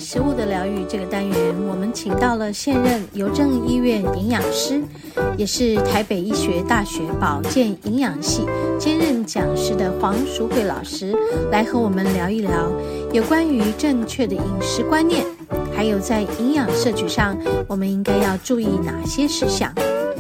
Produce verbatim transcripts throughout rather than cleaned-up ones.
食物的疗愈这个单元，我们请到了现任邮政医院营养师，也是台北医学大学保健营养系兼任讲师的黄淑慧老师，来和我们聊一聊有关于正确的饮食观念，还有在营养摄取上我们应该要注意哪些事项。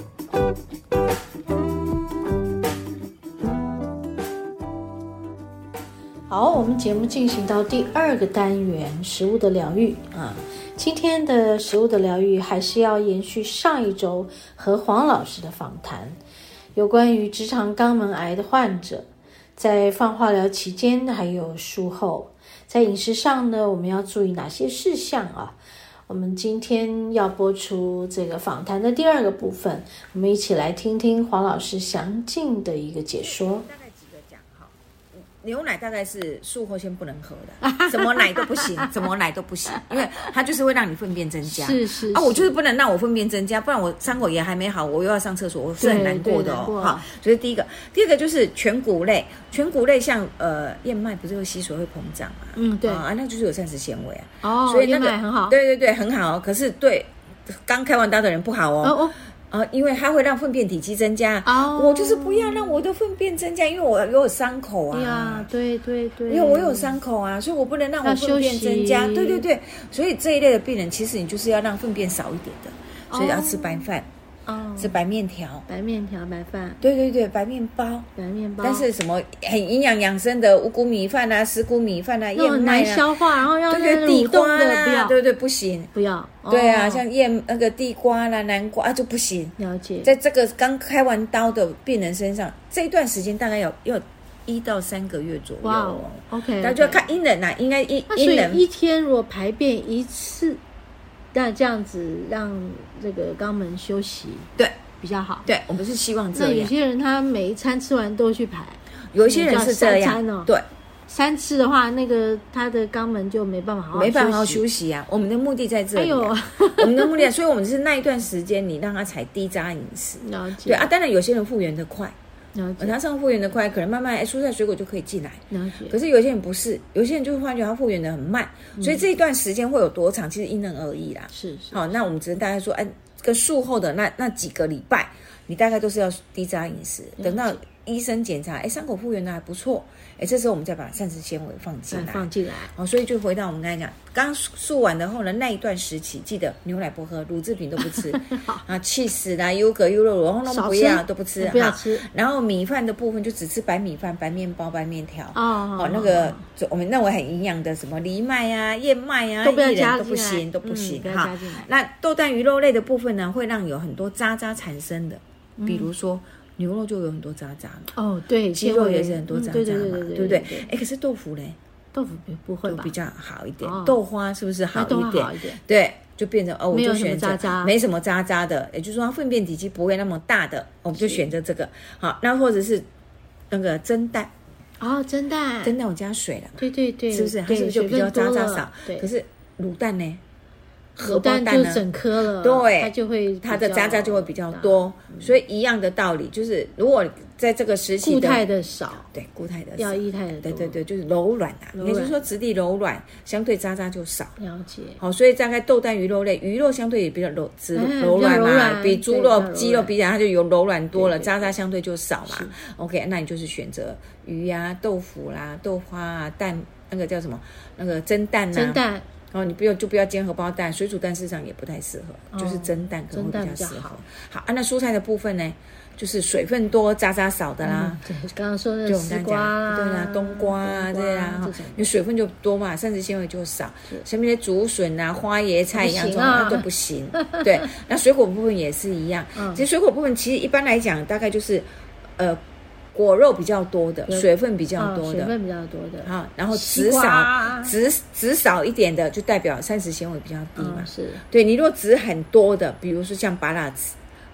好，我们节目进行到第二个单元，食物的疗愈啊。今天的食物的疗愈还是要延续上一周和黄老师的访谈，有关于直肠肛门癌的患者，在放化疗期间还有术后，在饮食上呢，我们要注意哪些事项啊？我们今天要播出这个访谈的第二个部分，我们一起来听听黄老师详尽的一个解说。 牛奶大概是术后先不能喝的，什么奶都不行，什么奶都不行，因为它就是会让你粪便增加。 是 是, 是啊，我就是不能让我粪便增加，不然我伤口也还没好，我又要上厕所，我是很难过的哦。好，所以第一个，第二个就是全谷类，全谷类像呃燕麦不是会吸水会膨胀嘛？嗯，对啊，那就是有膳食纤维啊。 哦， 所以那个燕麦很好。 对对对，很好，可是对刚开完刀的人不好哦。哦哦。啊，因为它会让粪便体积增加。哦，我就是不要让我的粪便增加，因为我有伤口啊。 呀，对对对， 因为我有伤口啊，所以我不能让我粪便增加。对对对，所以这一类的病人，其实你就是要让粪便少一点的，所以要吃白饭。哦，吃白面条， 白面条，白饭， 对对对，白面包， 白面包。 但是什么很营养养生的五谷米饭啊、十谷米饭啊、燕麦啊， 难消化，然后要对对地瓜啦， 不要， 对对不行， 不要。 哦、对啊，像燕那个地瓜啦、南瓜啊就不行。 了解。 在这个刚开完刀的病人身上，这一段时间大概有要一到三个月左右。哇、wow, ，OK， 那就要看因人啦、啊，应该因因人。 一天如果排便一次，那这样子让这个肛门休息， 对。 比较好， 对，我们是希望这样。 那有些人他每一餐吃完都去排， 有一些人是这样， 哦、 对， 三次的话，那个他的肛门就没办法好好没办法好好休息啊。我们的目的在这里、啊，哎、我们的目的，所以我们是那一段时间，你让他采低渣饮食， 了解。 对啊，当然有些人复原的快， 了解， 他上复原的快，可能慢慢哎蔬菜水果就可以进来， 了解。 可是有些人不是，有些人就会发觉他复原的很慢，嗯、所以这一段时间会有多长，其实因人而异啦。 是是。 好，那我们只能大概说，哎，跟术后的那那几个礼拜。你大概都是要低渣饮食，等到医生检查，哎，伤口复原的还不错，哎，这时候我们再把膳食纤维放进来， 放进来， 哦，所以就回到我们刚才讲，刚术完的后呢，那一段时期，记得牛奶不喝，乳制品都不吃，啊，起司啦、优格、优酪乳，然后都不要，都不吃， 不要吃。 然后米饭的部分就只吃白米饭、白面包、白面条，哦，哦那个就我们认为很营养的什么藜麦啊、燕麦啊， 都不要加都不行，都不行， 嗯、 哈。那豆蛋鱼肉类的部分呢，会让有很多渣渣产生的。比如说牛肉就有很多渣渣嘛， 哦对， 鸡肉也是很多渣渣嘛， 嗯、对, 对, 对, 对, 对, 对, 对不对？哎，可是豆腐嘞， 豆腐不会吧？ 比较好一点，哦、豆花是不是好一点？ 豆花好一点， 对，就变成哦，我就选择渣渣没什么渣渣的，也就是说它粪便体积不会那么大的，我们就选择这个。好，那或者是那个蒸蛋， 哦，蒸蛋， 蒸蛋我加水了， 对对对， 是不是？它是不是就比较渣渣少？可是卤蛋呢？ 荷包蛋就整颗了， 对， 它就会它的渣渣就会比较多，嗯、所以一样的道理，就是如果在这个时期固态的少， 对，固态的少， 要液态的多， 对对对，就是柔软啊，也就是说质地柔软，相对渣渣就少。 了解。 好，所以大概豆蛋鱼肉类，鱼肉相对也比较柔质柔软嘛，比猪肉、鸡肉比起来，它就有柔软多了，渣渣相对就少嘛。OK， 那你就是选择鱼啊、豆腐啦、豆花啊、蛋，那个叫什么？那个蒸蛋啊， 蒸蛋。 哦，你不要就不要煎荷包蛋，水煮蛋事实上也不太适合，哦、就是蒸蛋可能会比较适合。好, 好啊，那蔬菜的部分呢，就是水分多、渣渣少的啦。 嗯、对，刚刚说的丝瓜啦， 对啦，冬瓜啊，对啊，你水分就多嘛，膳食纤维就少。什么些竹笋啊、花椰菜、洋葱啊都不行。对，那水果部分也是一样。嗯、其实水果部分其实一般来讲，大概就是呃。果肉比较多的，水分比较多的，哦、 水分比较多的， 好，然后籽少籽籽少一点的，就代表膳食纤维比较低嘛。 哦、是， 对你如果籽很多的，比如说像芭乐籽，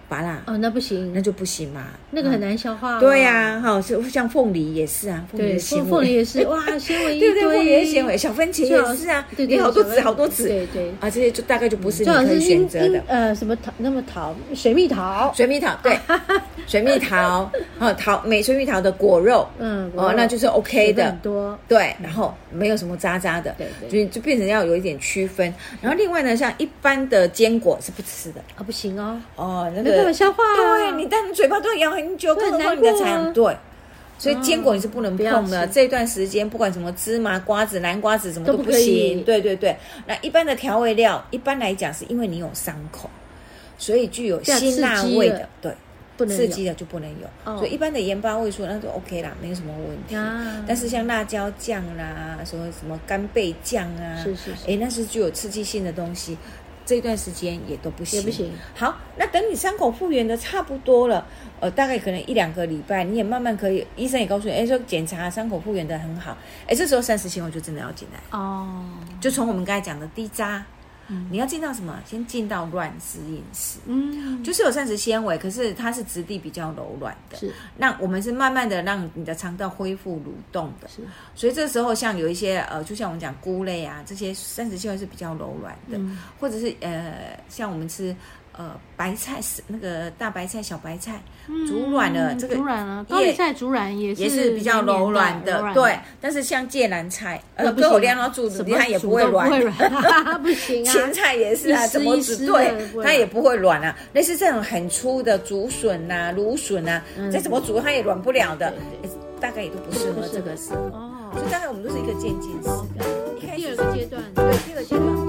芭乐哦，那不行， 那就不行嘛， 那个很难消化、哦。 对呀、啊，哈，像凤梨也是啊，凤梨的纤维， 凤梨也是哇，纤维一堆， 对对，凤梨的纤维，小番茄也是啊， 对对， 好多籽好多籽， 对对啊，这些就大概就不是你可以选择的。 呃，什么桃，那么桃，水蜜桃， 水蜜桃，对，水蜜桃，哦，桃美水蜜桃的果肉，嗯，哦，那就是 OK 的， 很多， 对，然后没有什么渣渣的， 对对， 就就变成要有一点区分。然后另外呢，像一般的坚果是不吃的啊，不行哦， 哦，那个没办法消化， 对你，但你嘴巴都要咬很久，更何况你的肠，对。所以坚果你是不能碰的，这段时间不管什么芝麻、瓜子、南瓜子什么都不行。对对对，那一般的调味料，一般来讲是因为你有伤口，所以具有辛辣味的，对，刺激的就不能有。所以一般的盐巴味素那就 OK 啦，没有什么问题。但是像辣椒酱啦，什么什么干贝酱啊， 是是是， 哎，那是具有刺激性的东西。这段时间也都不行， 也不行。 好，那等你伤口复原的差不多了，呃，大概可能一两个礼拜，你也慢慢可以，医生也告诉你，哎，说检查伤口复原的很好，哎，这时候膳食纤维就真的要进来哦，就从我们刚才讲的低渣。嗯、你要进到什么？先进到软质饮食，嗯，就是有膳食纤维，可是它是质地比较柔软的。是，那我们是慢慢的让你的肠道恢复蠕动的。是，所以这时候像有一些呃，就像我们讲菇类啊，这些膳食纤维是比较柔软的，嗯、或者是呃，像我们吃呃白菜是那个大白菜、小白菜，嗯、煮软了，这个煮软了，高丽菜煮软也是也是比较柔软的，软的对。但是像芥蓝菜，呃，各口量要煮，它也不会软， 不行啊。 芹菜也是啊，怎么煮对，它也不会软啊。类似这种很粗的竹笋啊、芦笋啊，嗯、再怎么煮它也软不了的，对对大概也都不适合这个时候。哦，所以大概我们都是一个渐进式的。 一开始第二个阶段， 对，第二个阶段。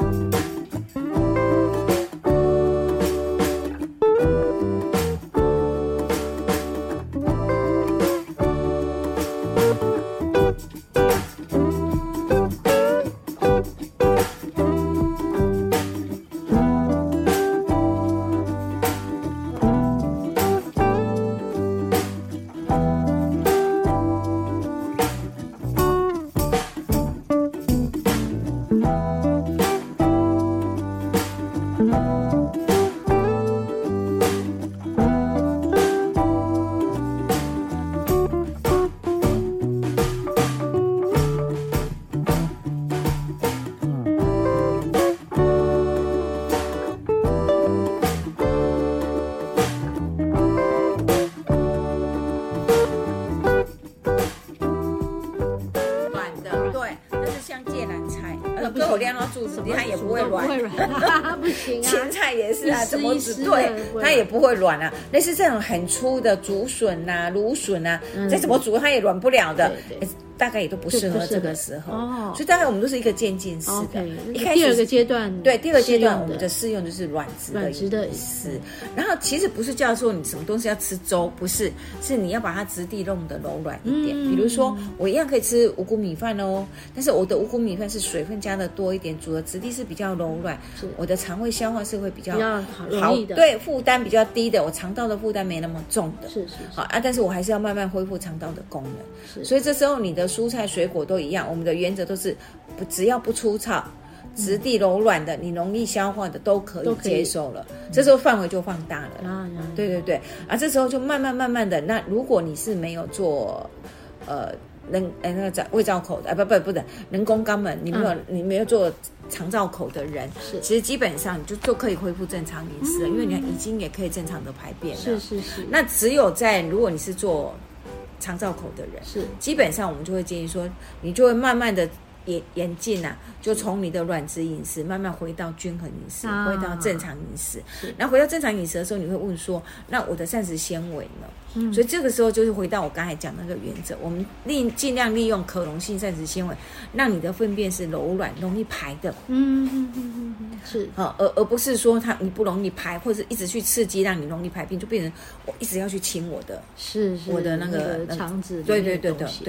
各口量要注意，它也不会软， 不行啊。 芹菜也是啊，怎么煮对，它也不会软啊。类似这种很粗的竹笋啊、芦笋啊，再怎么煮它也软不了的。大概也都不适合这个时候，哦，所以大概我们都是一个渐进式的。 一开始第二个阶段， 对，第二个阶段我们的适用就是软质的软质的饮食。然后其实不是叫做你什么东西要吃粥，不是，是你要把它质地弄得柔软一点。比如说我一样可以吃五谷米饭哦，但是我的五谷米饭是水分加的多一点，煮的质地是比较柔软，我的肠胃消化是会比较好， 对，负担比较低的，我肠道的负担没那么重的， 是是好啊，但是我还是要慢慢恢复肠道的功能。所以这时候你的蔬菜水果都一样，我们的原则都是不只要不粗糙，质地柔软的，你容易消化的都可以接受了。这时候范围就放大了。啊，对对对，啊，这时候就慢慢慢慢的。那如果你是没有做呃人呃那个胃造口的，啊不不不的人工肛门，你没有、嗯、你没有做肠造口的人，是其实基本上你就就可以恢复正常饮食了，嗯、因为你已经也可以正常的排便了。 是是是。 那只有在如果你是做肠造口的人，是基本上我们就会建议说，你就会慢慢的演演进啊，就从你的软质饮食慢慢回到均衡饮食，啊、回到正常饮食。然后回到正常饮食的时候，你会问说，那我的膳食纤维呢？嗯、所以这个时候就是回到我刚才讲那个原则，我们利尽量利用可溶性膳食纤维，让你的粪便是柔软、容易排的。 嗯嗯嗯嗯，是啊，而而不是说它你不容易排，或者一直去刺激让你容易排便，就变成我一直要去清我的， 是是我的那个肠子， 对对对对对，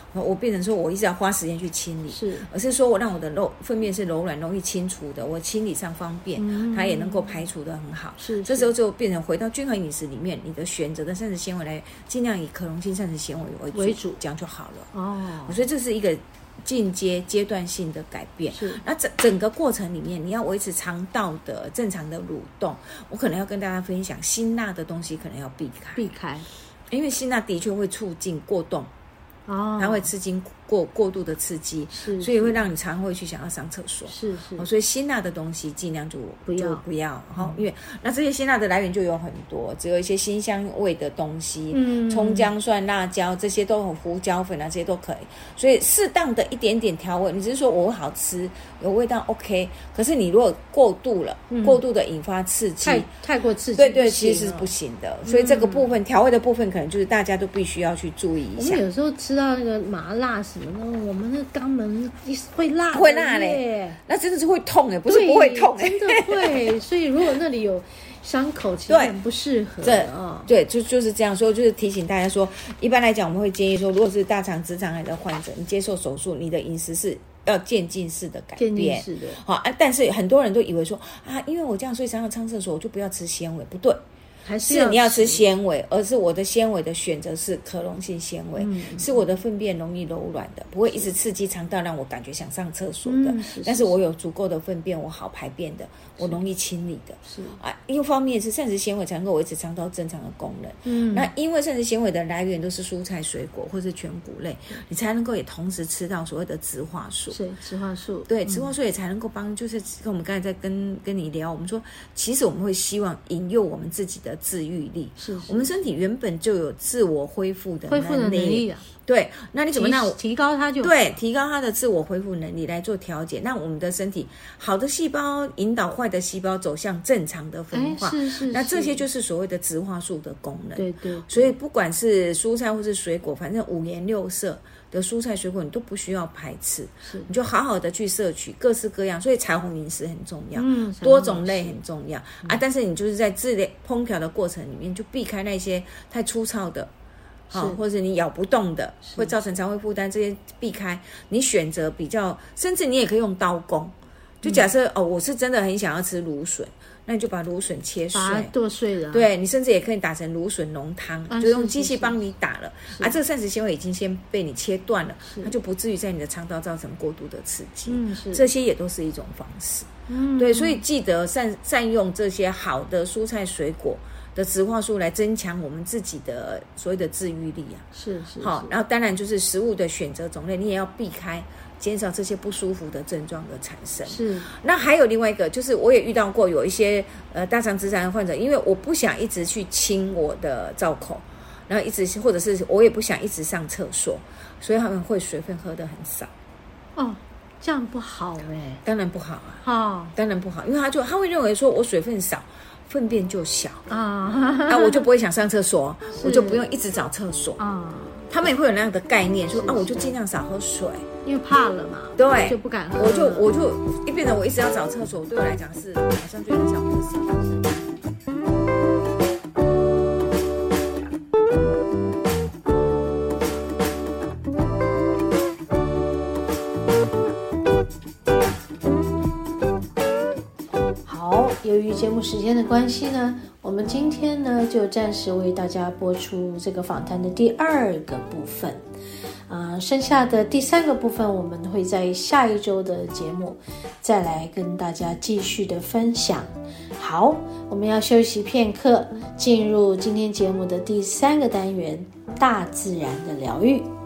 我变成说我一直要花时间去清理， 是， 而是说我让我的肉粪便是柔软容易清除的，我清理上方便，嗯、它也能够排除的很好。 是， 这时候就变成回到均衡饮食里面，你的选择的膳食纤维来尽量以可溶性膳食纤维为主， 为主这样就好了。 哦， 所以这是一个进阶阶段性的改变。 是， 那整整个过程里面，你要维持肠道的正常的蠕动，我可能要跟大家分享，辛辣的东西可能要避开， 避开， 因为辛辣的确会促进过动。哦，它会刺激过过度的刺激， 是， 所以会让你常会去想要上厕所， 是是、 哦，所以辛辣的东西尽量就不要就不要哈、 嗯， 因为那这些辛辣的来源就有很多，只有一些辛香味的东西，嗯，葱姜蒜辣椒这些都有，胡椒粉啊这些都可以，所以适当的一点点调味，你只是说我好吃有味道 OK， 可是你如果过度了，嗯、过度的引发刺激， 太太过刺激， 对对，其实是不行的，所以这个部分、嗯、调味的部分可能就是大家都必须要去注意一下。 我们有时候吃到那个麻辣什么的，我们那个肛门会辣， 会辣嘞，那真的是会痛哎，不是不会痛哎， 真的会。所以如果那里有伤口，其实很不适合。 对啊，对，就就是这样说，就是提醒大家说，一般来讲，我们会建议说，如果是大肠直肠癌的患者，你接受手术，你的饮食是要渐进式的改变，渐进式的。 好啊，但是很多人都以为说啊，因为我这样所以常常上厕所，我就不要吃纤维，不对。 还是, 是你要吃纤维，而是我的纤维的选择是可溶性纤维、嗯，是我的粪便容易柔软的，不会一直刺激肠道让我感觉想上厕所的、嗯、是是是，但是我有足够的粪便，我好排便的，我容易清理的。是啊，一方面是膳食纤维才能够维持肠道正常的功能。嗯，那因为膳食纤维的来源都是蔬菜水果或是全谷类，你才能够也同时吃到所谓的植化素。 是植化素， 对，植化素也才能够帮，就是跟我们刚才在跟跟你聊，我们说其实我们会希望引诱我们自己的自愈力。是是，我们身体原本就有自我恢复的能力，恢复的能力啊。对，那你怎么让我提高它就对提高它的自我恢复能力来做调节？那我们的身体好的细胞引导坏的细胞走向正常的分化， 是 是, 是， 那这些就是所谓的植化素的功能。 对 对, 对， 所以不管是蔬菜或是水果，反正五颜六色的蔬菜水果你都不需要排斥，是你就好好的去摄取各式各样，所以彩虹饮食很重要，嗯，多种类很重要、嗯、啊。但是你就是在制类烹调的过程里面，就避开那些太粗糙的。好，或者你咬不动的，会造成肠胃负担，这些避开。你选择比较，甚至你也可以用刀工。就假设、嗯、哦，我是真的很想要吃芦笋，那你就把芦笋切碎， 把它剁碎了。 对，你甚至也可以打成芦笋浓汤、啊，就用机器帮你打了。啊，这个膳食纤维已经先被你切断了，它就不至于在你的肠道造成过度的刺激。嗯，是，这些也都是一种方式。嗯，对，所以记得善善用这些好的蔬菜水果的植化素来增强我们自己的所谓的治愈力啊， 是 是, 是。 好，然后当然就是食物的选择种类，你也要避开，减少这些不舒服的症状的产生。是。那还有另外一个，就是我也遇到过有一些呃大肠直肠癌患者，因为我不想一直去清我的造口，然后一直或者是我也不想一直上厕所，所以他们会水分喝得很少。 哦。这样不好哎、欸， 当然不好啊， 哦， 当然不好，因为他就他会认为说我水分少，粪便就小啊，那我就不会想上厕所，我就不用一直找厕所啊。他们也会有那样的概念，说啊，我就尽量少喝水， 因为怕了嘛， 对， 就不敢喝。 我就我就一变成我一直要找厕所，对我来讲是好像就很小的事情。 由于节目时间的关系呢，我们今天呢就暂时为大家播出这个访谈的第二个部分，啊、呃，剩下的第三个部分我们会在下一周的节目再来跟大家继续的分享。好，我们要休息片刻，进入今天节目的第三个单元——大自然的疗愈。